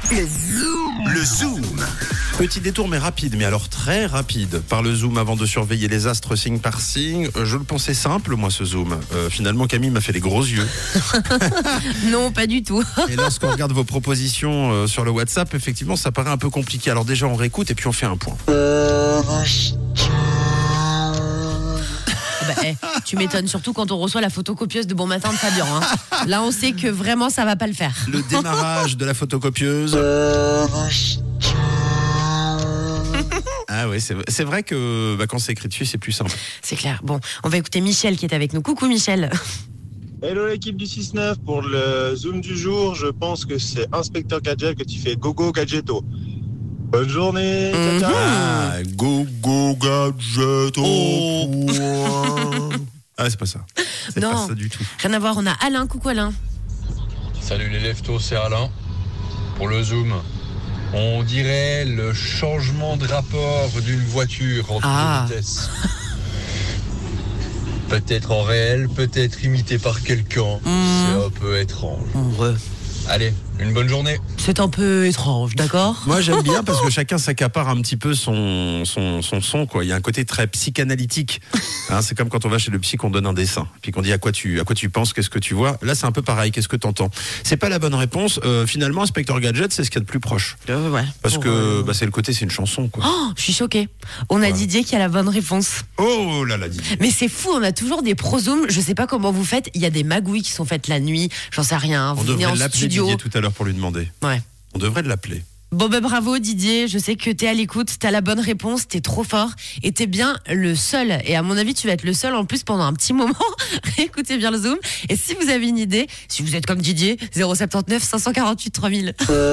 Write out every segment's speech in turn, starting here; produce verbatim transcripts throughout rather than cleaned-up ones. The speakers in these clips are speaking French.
Le Zoom. Petit détour mais rapide, mais alors très rapide. Par le Zoom avant de surveiller les astres signe par signe. Je le pensais simple, moi, ce Zoom. Euh, finalement, Camille m'a fait les gros yeux. Non, pas du tout. Et lorsqu'on regarde vos propositions euh, sur le WhatsApp, effectivement, ça paraît un peu compliqué. Alors déjà, on réécoute et puis on fait un point. Bah, eh, tu m'étonnes, surtout quand on reçoit la photocopieuse de Bon Matin de Fabien. Hein. Là, on sait que vraiment, ça va pas le faire. Le démarrage de la photocopieuse. Ah oui, c'est, c'est vrai que bah, quand c'est écrit dessus, c'est plus simple. C'est clair. Bon, on va écouter Michel qui est avec nous. Coucou Michel. Hello l'équipe du six neuf, pour le Zoom du jour, je pense que c'est Inspecteur Gadget que tu fais Gogo Gadgeto. Bonne journée, Mhm. ciao, ciao. Ah, go go gadget. Oh. Ah, c'est pas ça. C'est Non. pas ça du tout. Rien à voir, on a Alain. Coucou Alain. Salut les leftos, c'est Alain. Pour le Zoom, on dirait le changement de rapport d'une voiture en Ah. deux vitesses. Peut-être en réel, peut-être imité par quelqu'un. Mmh. C'est un peu étrange. Ouais. Allez, une bonne journée. C'est un peu étrange, d'accord? Moi, j'aime bien parce que chacun s'accapare un petit peu son, son, son son, quoi. Il y a un côté très psychanalytique. Hein, c'est comme quand on va chez le psy, qu'on donne un dessin. Puis qu'on dit à quoi tu, à quoi tu penses, qu'est-ce que tu vois. Là, c'est un peu pareil. Qu'est-ce que tu entends? C'est pas la bonne réponse. Euh, finalement, Inspecteur Gadget, c'est ce qu'il y a de plus proche. Euh, ouais. Parce Pour, que euh, bah, c'est le côté, c'est une chanson, quoi. Oh, je suis choquée. On a Ouais. Didier qui a la bonne réponse. Oh là là, Didier. Mais c'est fou, on a toujours des pro-zoom. Je sais pas comment vous faites. Il y a des magouilles qui sont faites la nuit. J'en sais rien. On Vous venez en devrait l'appeler studio. Didier tout à l'heure pour lui demander. Ouais. On devrait l'appeler. Bon ben bravo Didier, je sais que t'es à l'écoute, t'as la bonne réponse, t'es trop fort et t'es bien le seul. Et à mon avis, tu vas être le seul en plus pendant un petit moment. Écoutez bien le Zoom. Et si vous avez une idée, si vous êtes comme Didier, zéro sept neuf cinq cent quarante-huit trois mille.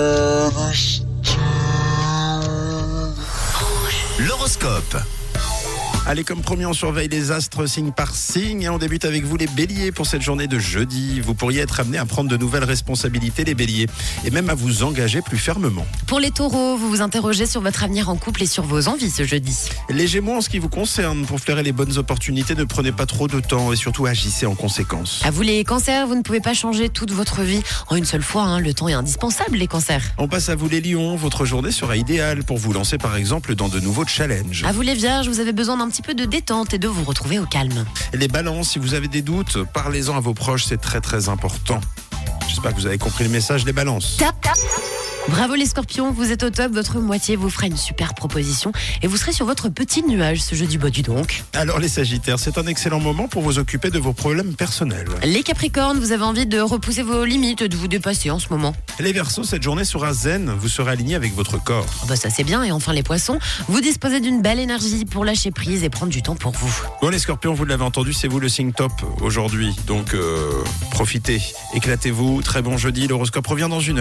L'horoscope. Allez, comme promis, on surveille les astres signe par signe et on débute avec vous les béliers pour cette journée de jeudi. Vous pourriez être amené à prendre de nouvelles responsabilités, les béliers, et même à vous engager plus fermement. Pour les taureaux, vous vous interrogez sur votre avenir en couple et sur vos envies ce jeudi. Les gémeaux, en ce qui vous concerne, pour flairer les bonnes opportunités, ne prenez pas trop de temps et surtout agissez en conséquence. À vous les cancers, vous ne pouvez pas changer toute votre vie en une seule fois. Hein. Le temps est indispensable les cancers. On passe à vous les lions, votre journée sera idéale pour vous lancer par exemple dans de nouveaux challenges. À vous les vierges, vous avez besoin d'un petit peu de détente et de vous retrouver au calme. Les balances, si vous avez des doutes, parlez-en à vos proches, c'est très très important. J'espère que vous avez compris le message, les balances. Tap, tap. Bravo les scorpions, vous êtes au top, votre moitié vous fera une super proposition et vous serez sur votre petit nuage ce jeudi. Bah dis donc. Alors les sagittaires, c'est un excellent moment pour vous occuper de vos problèmes personnels. Les capricornes, vous avez envie de repousser vos limites, de vous dépasser en ce moment. Les verseaux, cette journée sera zen, vous serez aligné avec votre corps. Oh bah ça c'est bien. Et enfin les poissons, vous disposez d'une belle énergie pour lâcher prise et prendre du temps pour vous. Bon les scorpions, vous l'avez entendu, c'est vous le signe top aujourd'hui, donc euh, profitez, éclatez-vous, très bon jeudi, l'horoscope revient dans une heure.